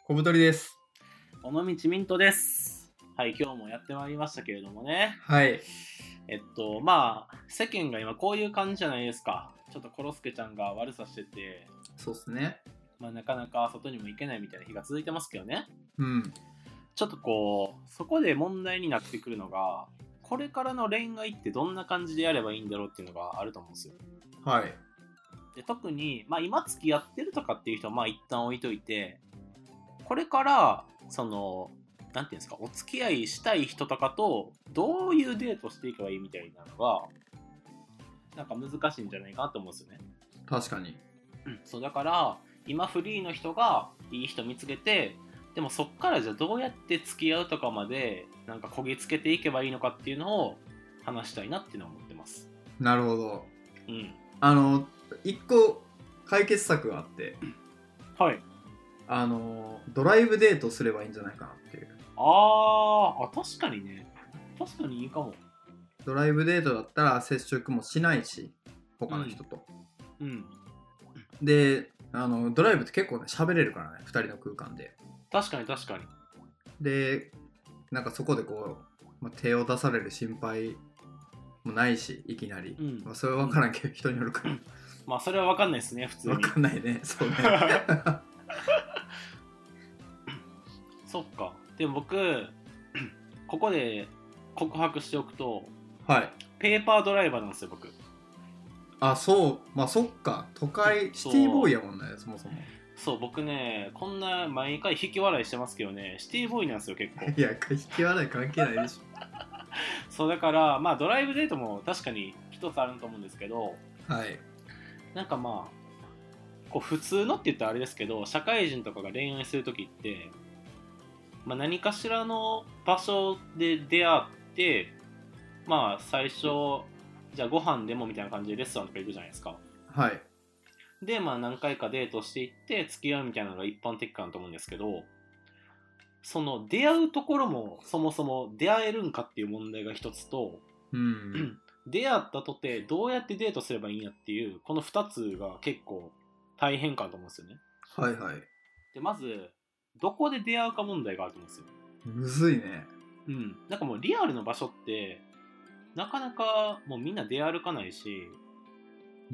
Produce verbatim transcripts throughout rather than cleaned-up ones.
小太りです。 尾道ミントです。はい、今日もやってまいりましたけれどもね。 はい。 えっと、まあ、世間が今こういう感じじゃないですか。ちょっとコロスケちゃんが悪さしてて、 そうっすね。 まあ、なかなか外にも行けないみたいな日が続いてますけどね。 うん。 ちょっとこう、そこで問題になってくるのが、これからの恋愛ってどんな感じでやればいいんだろうっていうのがあると思うんですよ。 はい。 で特に、まあ、今付き合ってるとかっていう人はまあ一旦置いといて、これからそのなんていうんですか、お付き合いしたい人とかとどういうデートしていけばいいみたいなのがなんか難しいんじゃないかなと思うんですよね。 確かに。 うん、そうだから今フリーの人がいい人見つけて、でもそっからじゃあどうやって付き合うとかまでなんかこぎつけていけばいいのかっていうのを話したいなっていうのは思ってます。 なるほど。 うん。 あの、一個解決策があって、 はい。 あの、ドライブデートすればいいんじゃないかなっていう。 あーあ、確かにね。確かにいいかも。 ドライブデートだったら接触もしないし、他の人と。 うん。 で、あの、ドライブって結構ね、喋れるからね、二人の空間で。 確かに確かに。 で、なんかそこでこう、まあ、手を出される心配もないし、いきなり。 うん。 まあ、それは分からんけど、人によるから。 まあそれは分かんないですね、普通に。 分かんないね、そうね。 そっか。でも僕、ここで告白しておくと、 はい。 ペーパードライバーなんですよ、僕。 あ、そう。まあ、そっか。都会、シティボーイやもんね、そもそも。 そう、僕ね、こんな毎回引き笑いしてますけどね、シティボーイなんですよ、結構。 いや、引き笑い関係ないでしそう、だから、まあ、ドライブデートも確かに一つあると思うんですけど、 ょ。はい。 なんかまあ、こう普通のって言ったらあれですけど、社会人とかが恋愛するときって、まあ、何かしらの場所で出会って、まあ最初じゃあご飯でもみたいな感じでレストランとか行くじゃないですか。 はい。 でまあ何回かデートしていって付き合うみたいなのが一般的かなと思うんですけど、その出会うところもそもそも出会えるんかっていう問題が一つと、 うん。 出会ったとてどうやってデートすればいいんやっていうこのふたつが結構大変かと思うんですよね。 はいはい。 でまずどこで出会うか問題があると思うんですよ。 むずいね。 うん、なんかもうリアルの場所ってなかなかもうみんな出歩かないし、 うん。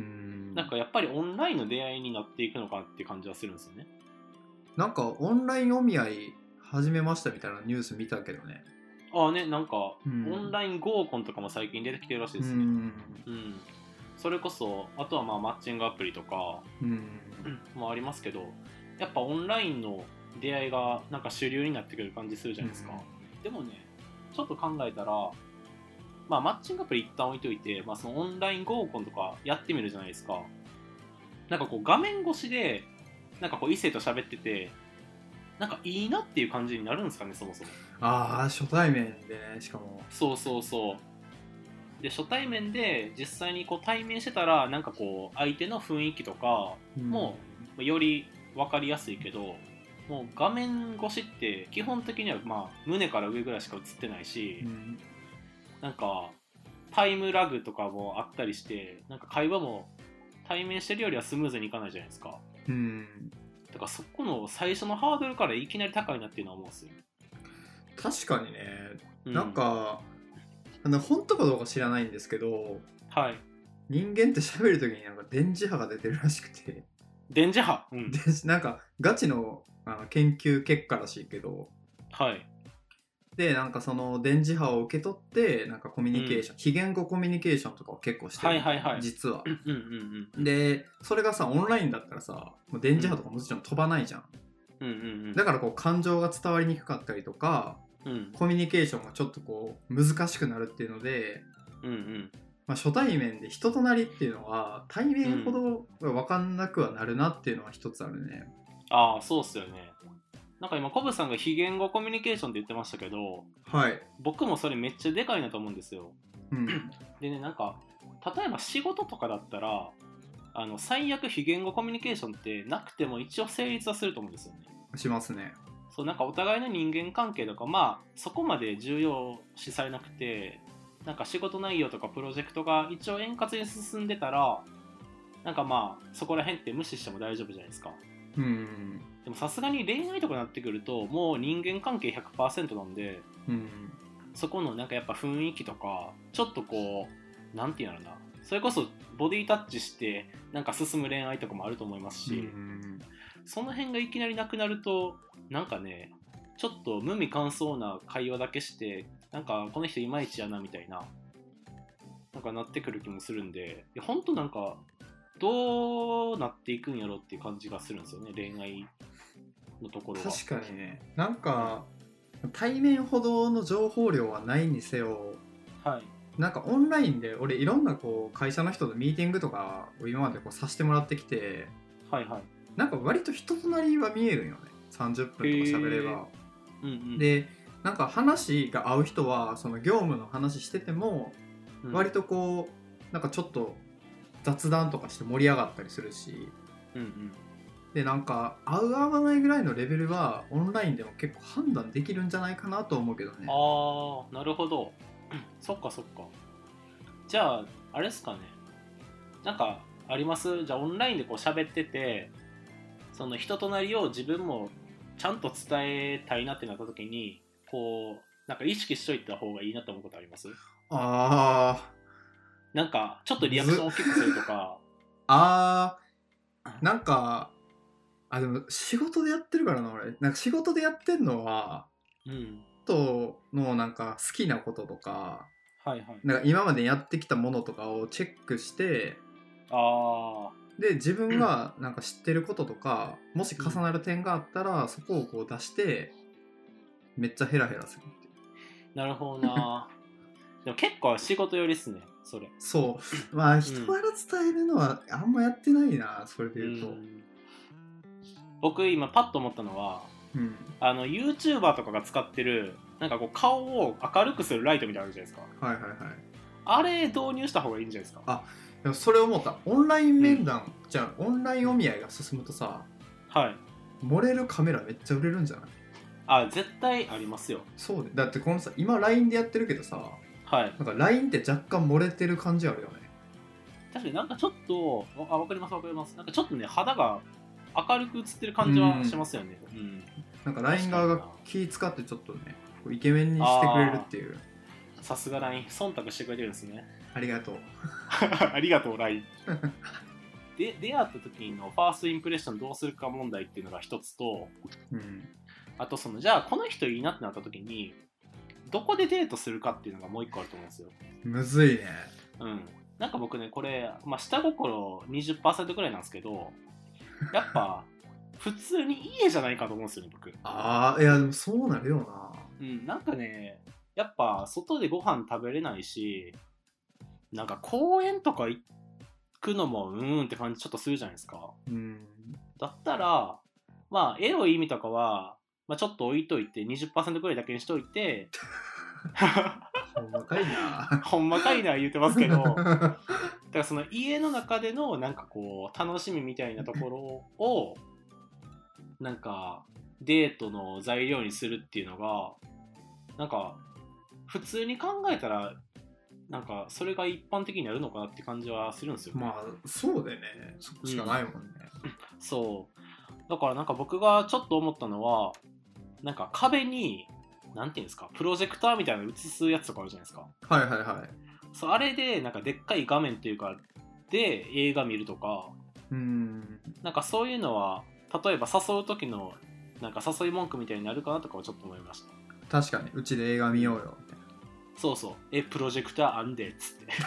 なんかやっぱりオンラインの出会いになっていくのかっていう感じはするんですよね。 なんか、オンラインお見合い始めましたみたいなニュース見たけどね。 ああね、なんか、 うん、 オンライン合コンとかも最近出てきてるらしいですね。 うん。 うん。それこそ、あとはまあマッチングアプリとか、 うん。 もありますけど、やっぱオンラインの出会いがなんか主流になってくる感じするじゃないですか。うん、でもね、ちょっと考えたら、まあマッチングアプリ一旦置いといて、まあそのオンライン合コンとかやってみるじゃないですか。なんかこう画面越しで、なんかこう異性と喋ってて、なんかいいなっていう感じになるんですかね、そもそも。 ああ、初対面でね、しかも。 そうそうそう。で初対面で実際にこう対面してたらなんかこう相手の雰囲気とかもより分かりやすいけど、もう画面越しって基本的にはまあ胸から上ぐらいしか映ってないし、 うん、 なんかタイムラグとかもあったりして、なんか会話も対面してるよりはスムーズにいかないじゃないですか。 うん。 だからそこの最初のハードルからいきなり高いなっていうのは思うんですよ。 確かにね、 うん、 なんか、あの本当かどうか知らないんですけど、 はい。 人間って喋るときになんか電磁波が出てるらしくて、 電磁波、うん、 でなんかガチのあの研究結果らしいけど、 はい。 でなんかその電磁波を受け取ってなんかコミュニケーション、うん、非言語コミュニケーションとかを結構してる、 はいはいはい、 実は。 うんうんうん、でそれがさオンラインだったらさもう電磁波とかもちろん飛ばないじゃん、 うんうんうん、 だからこう感情が伝わりにくかったりとか、うん、コミュニケーションがちょっとこう難しくなるっていうので、 うんうんまあ、初対面で人となりっていうのは対面ほど分かんなくはなるなっていうのは一つあるね、 うん、ああそうっすよね。なんか今コブさんが非言語コミュニケーションって言ってましたけど、 はい、 僕もそれめっちゃでかいなと思うんですよ、 うん、 でね、なんか例えば仕事とかだったらあの最悪非言語コミュニケーションってなくても一応成立はすると思うんですよね。 しますね。 そうなんかお互いの人間関係とかまあそこまで重要視されなくて、なんか仕事内容とかプロジェクトが一応円滑に進んでたらなんかまあそこら辺って無視しても大丈夫じゃないですか。 うんでもさすがに恋愛とかになってくるともう人間関係 ひゃくパーセント なんで、 うん、 そこのなんかやっぱ雰囲気とかちょっとこうなんていうのかな、それこそボディタッチしてなんか進む恋愛とかもあると思いますし、 うん、 その辺がいきなりなくなるとなんかねちょっと無味乾燥な会話だけしてなんかこの人いまいちやなみたいななんかなってくる気もするんで、いや本当なんかどうなっていくんやろっていう感じがするんですよね、恋愛のところは。 確かにね、なんか対面ほどの情報量はないにせよ、 はい、 なんかオンラインで俺いろんなこう会社の人とミーティングとかを今までこうさせてもらってきて、 はいはい、 なんか割と人となりは見えるんよね、さんじゅっぷんとか喋れば。 うんうん、 でなんか話が合う人はその業務の話してても割とこうなんかちょっと雑談とかして盛り上がったりするし、 うんうん、 でなんか合う合わないぐらいのレベルはオンラインでも結構判断できるんじゃないかなと思うけどね。 ああなるほどそっかそっか。じゃああれですかね、なんかあります？じゃあオンラインでこう喋っててその人となりを自分もちゃんと伝えたいなってなった時にこうなんか意識しといた方がいいなと思うことあります？ あなんかちょっとリアクション大きくするとか。 あーなんかあでも仕事でやってるからな俺。なんか仕事でやってんのは、 うん、 とのなんか好きなこととか、 はいはい、 なんか今までやってきたものとかをチェックして、 あで自分がなんか知ってることとかもし重なる点があったら、そこをこう出してめっちゃヘラヘラするっていう。 なるほどなでも結構仕事寄りっすねそれ。 そうまあ人柄伝えるのはあんまやってないな、それで言うと。 うん、僕今パッと思ったのは、 うん、 あの YouTuber とかが使ってるなんかこう顔を明るくするライトみたいなのあるじゃないですか。 はいはいはい。 あれ導入した方がいいんじゃないですか。 あでもそれ思った。オンライン面談、うん、じゃあオンラインお見合いが進むとさ、 はい、 漏れるカメラめっちゃ売れるんじゃない？ あ絶対ありますよ。 そうね。だってこのさ今 ライン でやってるけどさ、 はい、 なんか ライン って若干漏れてる感じあるよね。 確かになんかちょっとあ分かります分かります。なんかちょっとね肌が明るく映ってる感じはしますよね。うん、うん、 なんか ライン 側が気使ってちょっとねこうイケメンにしてくれるっていう。 さすが ライン 忖度してくれてるんですね。 ありがとうありがとう ライン で出会った時のファーストインプレッションどうするか問題っていうのが一つと、 うん、 あとそのじゃあこの人いいなってなった時にどこでデートするかっていうのがもう一個あると思うんですよ。 むずいね。 うん、なんか僕ねこれ、まあ、下心 にじゅっパーセント ぐらいなんですけどやっぱ普通に家じゃないかと思うんですよね僕。 ああいやでもそうなるよな。 うん、なんかねやっぱ外でご飯食べれないしなんか公園とか行くのもうーんって感じちょっとするじゃないですか。 うん、 だったらまあエロい意味とかは、まあ、ちょっと置いといて にじゅっパーセント ぐらいだけにしといてほんまかいなほんまかいな言うてますけどだからその家の中でのなんかこう楽しみみたいなところをなんかデートの材料にするっていうのがなんか普通に考えたらなんかそれが一般的になるのかなって感じはするんですよ。 まあそうでね、そこしかないもんね、 うん、そうだからなんか僕がちょっと思ったのはなんか壁になんていうんですかプロジェクターみたいなの映すやつとかあるじゃないですか。 はいはいはい。 そうあれでなんかでっかい画面っていうかで映画見るとか、 うん、 なんかそういうのは例えば誘う時のなんか誘い文句みたいになるかなとかはちょっと思いました。 確かにうちで映画見ようよみたいな。 そうそうえプロジェクターあんでっつって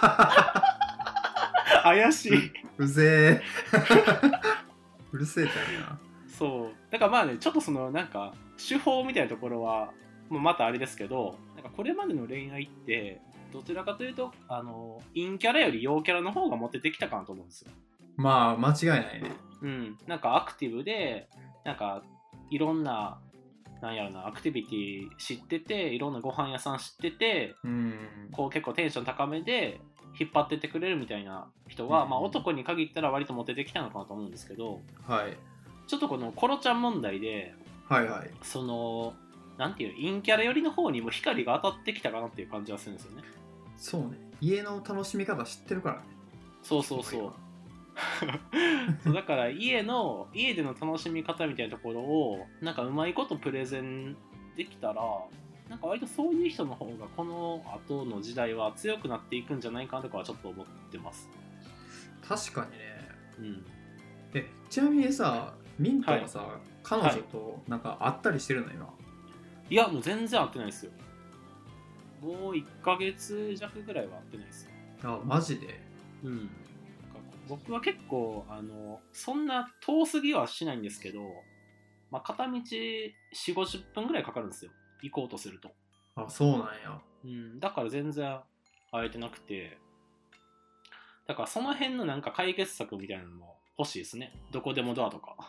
怪しいうぜえうるせえちゃうな。 そうだからまあねちょっとそのなんか手法みたいなところはまたあれですけどなんかこれまでの恋愛ってどちらかというとあの陰キャラより陽キャラの方がモテてきたかなと思うんですよ。 まあ間違いないね。 うん、なんかアクティブでなんかいろんななんやろなアクティビティ知ってていろんなご飯屋さん知ってて、 うん、 こう結構テンション高めで引っ張ってってくれるみたいな人は、うんまあ、男に限ったら割とモテてきたのかなと思うんですけど、 はい、 ちょっとこのコロちゃん問題で、 はいはい、 そのなんていう陰キャラ寄りの方にも光が当たってきたかなっていう感じはするんですよね。 そうね、家の楽しみ方知ってるからね。 そうそうそうそうだから家の家での楽しみ方みたいなところをなんかうまいことプレゼンできたら、なんか割とそういう人の方がこの後の時代は強くなっていくんじゃないかなとかはちょっと思ってます。 確かにね。 うん。 え、ちなみにさ、ミントはさ、 はい、 彼女となんか会ったりしてるの今？ いやもう全然会ってないですよ。もういっかげつ弱ぐらいは会ってないですよ。 あ、マジで？ うん。なんか僕は結構あのそんな遠すぎはしないんですけど、まあ、片道よんじゅうごじゅっぷんぐらいかかるんですよ、行こうとすると。 あ、そうなんや。 うん、だから全然会えてなくて、だからその辺のなんか解決策みたいなのも欲しいですね。どこでもドアとか。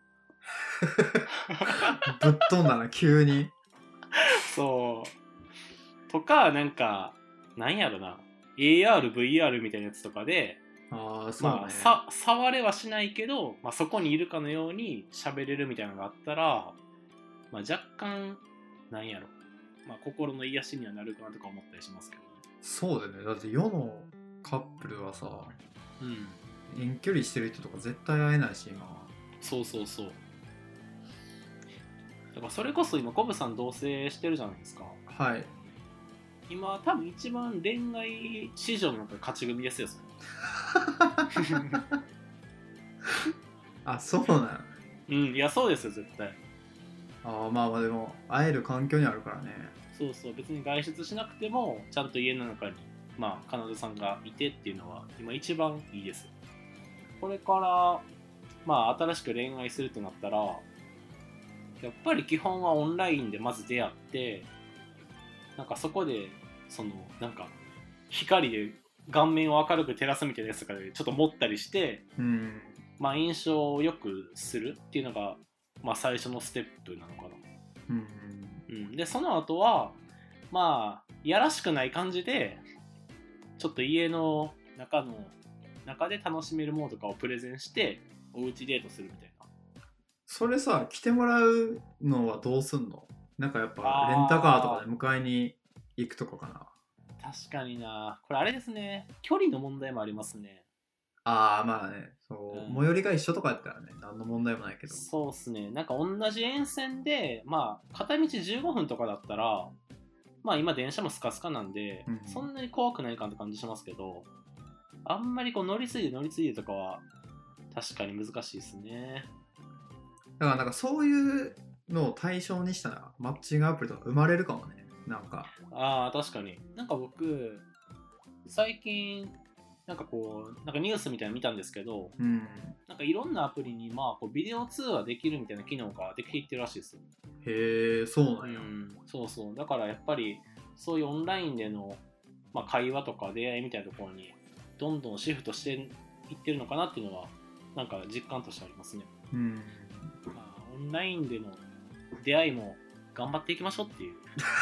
ぶっ飛んだな急に。 そうとか、なんかなんやろな エーアール、ブイアール みたいなやつとかで、 ああ、そうね。 まあ、さ触れはしないけど、まあ、そこにいるかのように喋れるみたいなのがあったら、まあ、若干なんやろ、まあ、心の癒しにはなるかなとか思ったりしますけどね。 そうだよね。だって世のカップルはさ、 うん、 遠距離してる人とか絶対会えないし今。 そうそうそう。だからそれこそ今コブさん同棲してるじゃないですか。 はい。 今多分一番恋愛市場の中で勝ち組ですよ。 あ、そうなの。 うん、いやそうですよ絶対。 ああ、まあまあでも会える環境にあるからね。 そうそう、別に外出しなくてもちゃんと家の中にまあ彼女さんがいてっていうのは今一番いいです。これからまあ新しく恋愛するってなったら、やっぱり基本はオンラインでまず出会って、なんかそこでそのなんか光で顔面を明るく照らすみたいなやつとかでちょっと持ったりして、 うん。 まあ印象を良くするっていうのがまあ最初のステップなのかな。 うん。 うん、でその後はまあやらしくない感じでちょっと家の中の中で楽しめるものとかをプレゼンしておうちデートするみたいな。 それさ、来てもらうのはどうすんの？なんかやっぱレンタカーとかで迎えに行くとかかな。 確かにな。これあれですね。距離の問題もありますね。 ああ、まあね、そう、 うん、 最寄りが一緒とかやったらね、何の問題もないけど。 そうっすね。なんか同じ沿線で、まあ、片道じゅうごふんとかだったら、まあ今電車もスカスカなんで、 うん、 そんなに怖くないかって感じしますけど、あんまりこう乗り継いで乗り継いでとかは、確かに難しいですね。 だからなんかそういうのを対象にしたマッチングアプリとか生まれるかもね。なんか。 ああ、確かに。なんか僕、最近、なんかこう、なんかニュースみたいなの見たんですけど、 うん。 なんかいろんなアプリに、まあ、こうビデオ通話できるみたいな機能ができていってるらしいですよ。 へえ、そうなんや。 うん、そうそう。だからやっぱり、そういうオンラインでの、まあ、会話とか出会いみたいなところに、どんどんシフトしていってるのかなっていうのは、なんか実感としてありますね。 うん。 まあ、オンラインでの出会いも頑張っていきましょうっていう。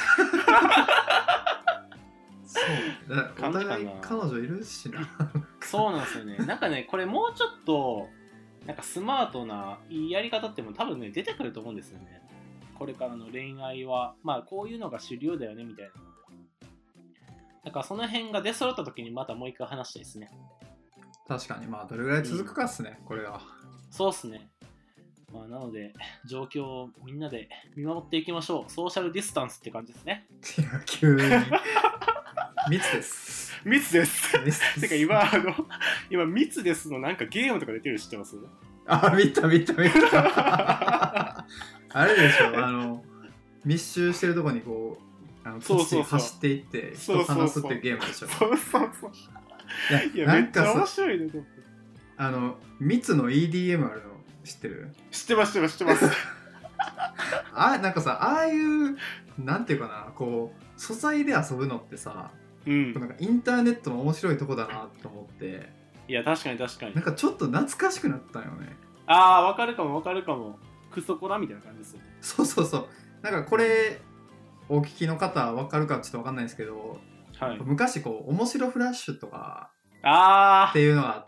そうだお互い彼女いるしな。 そうなんですよね。なんかね、これもうちょっとなんかスマートないいやり方っても多分ね出てくると思うんですよね。これからの恋愛はまあこういうのが主流だよねみたいな。だからその辺が出揃った時にまたもう一回話したいですね。 確かに、まあどれぐらい続くかっすね、うん、これは。 そうっすね。まあ、なので状況をみんなで見守っていきましょう。ソーシャルディスタンスって感じですね。 いや急に密です。 密です。てか今あの今密ですのなんかゲームとか出てるの知ってます？ あ、見た見た見た。あれでしょ、あの密集してるとこにこうあのそうそうそう走っていって人話すっていうゲームでしょ。 そうそうそう。 いや、いやめっちゃ面白いね。 あの密の イーディーエム あるの知ってる？ 知ってます知ってます知ってます。 あ、なんかさ、ああいうなんていうかな、こう素材で遊ぶのってさ、うん、なんかインターネットの面白いとこだなと思って。 いや確かに確かに。 なんかちょっと懐かしくなったよね。 ああ、わかるかもわかるかも。クソコラみたいな感じですよね。 そうそうそう。なんかこれお聞きの方はわかるかちょっとわかんないですけど、はい、昔こう面白フラッシュとかっていうのがあって、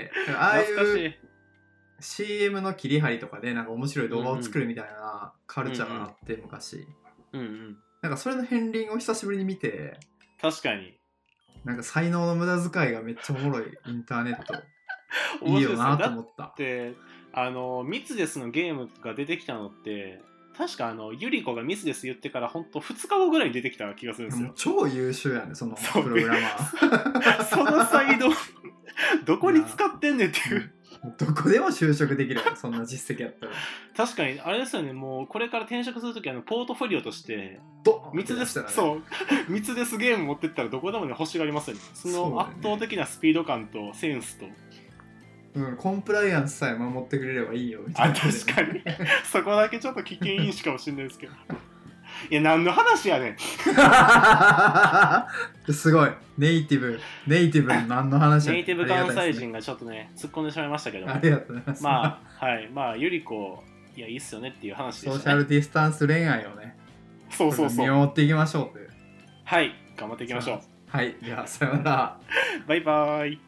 ああいう シーエム の切り張りとかでなんか面白い動画を作るみたいなカルチャーがあって、うんうん、昔、うんうん、なんかそれの片鱗を久しぶりに見て、 確かになんか才能の無駄遣いがめっちゃおもろいインターネット。 いいよなと思った。 だってあのミツデスのゲームが出てきたのって確かあのユリコがミスです言ってから本当ふつかごぐらいに出てきた気がするんですよ。 超優秀やねそのプログラマーそのサイドどこに使ってんねんっていうどこでも就職できるよそんな実績やったら。 確かにあれですよね。もうこれから転職するときはポートフォリオとしてミツデス、ね、そうミツデスゲーム持ってったらどこでもね欲しがりますよね。その圧倒的なスピード感とセンスとうん、コンプライアンスさえ守ってくれればいいよみたいな、ね、 あ確かにそこだけちょっと危険因子かもしれないですけどいや何の話やねんすごいネイティブネイティブ何の話やねんネイティブ関西人がちょっとね突っ込んでしまいましたけどありがとうございます。 まあはいまあゆりこいやいいっすよねっていう話でしたね。 ソーシャルディスタンス恋愛をねそうそうそう見守っていきましょうという。 はい頑張っていきましょう。 はいではさようならバイバイ。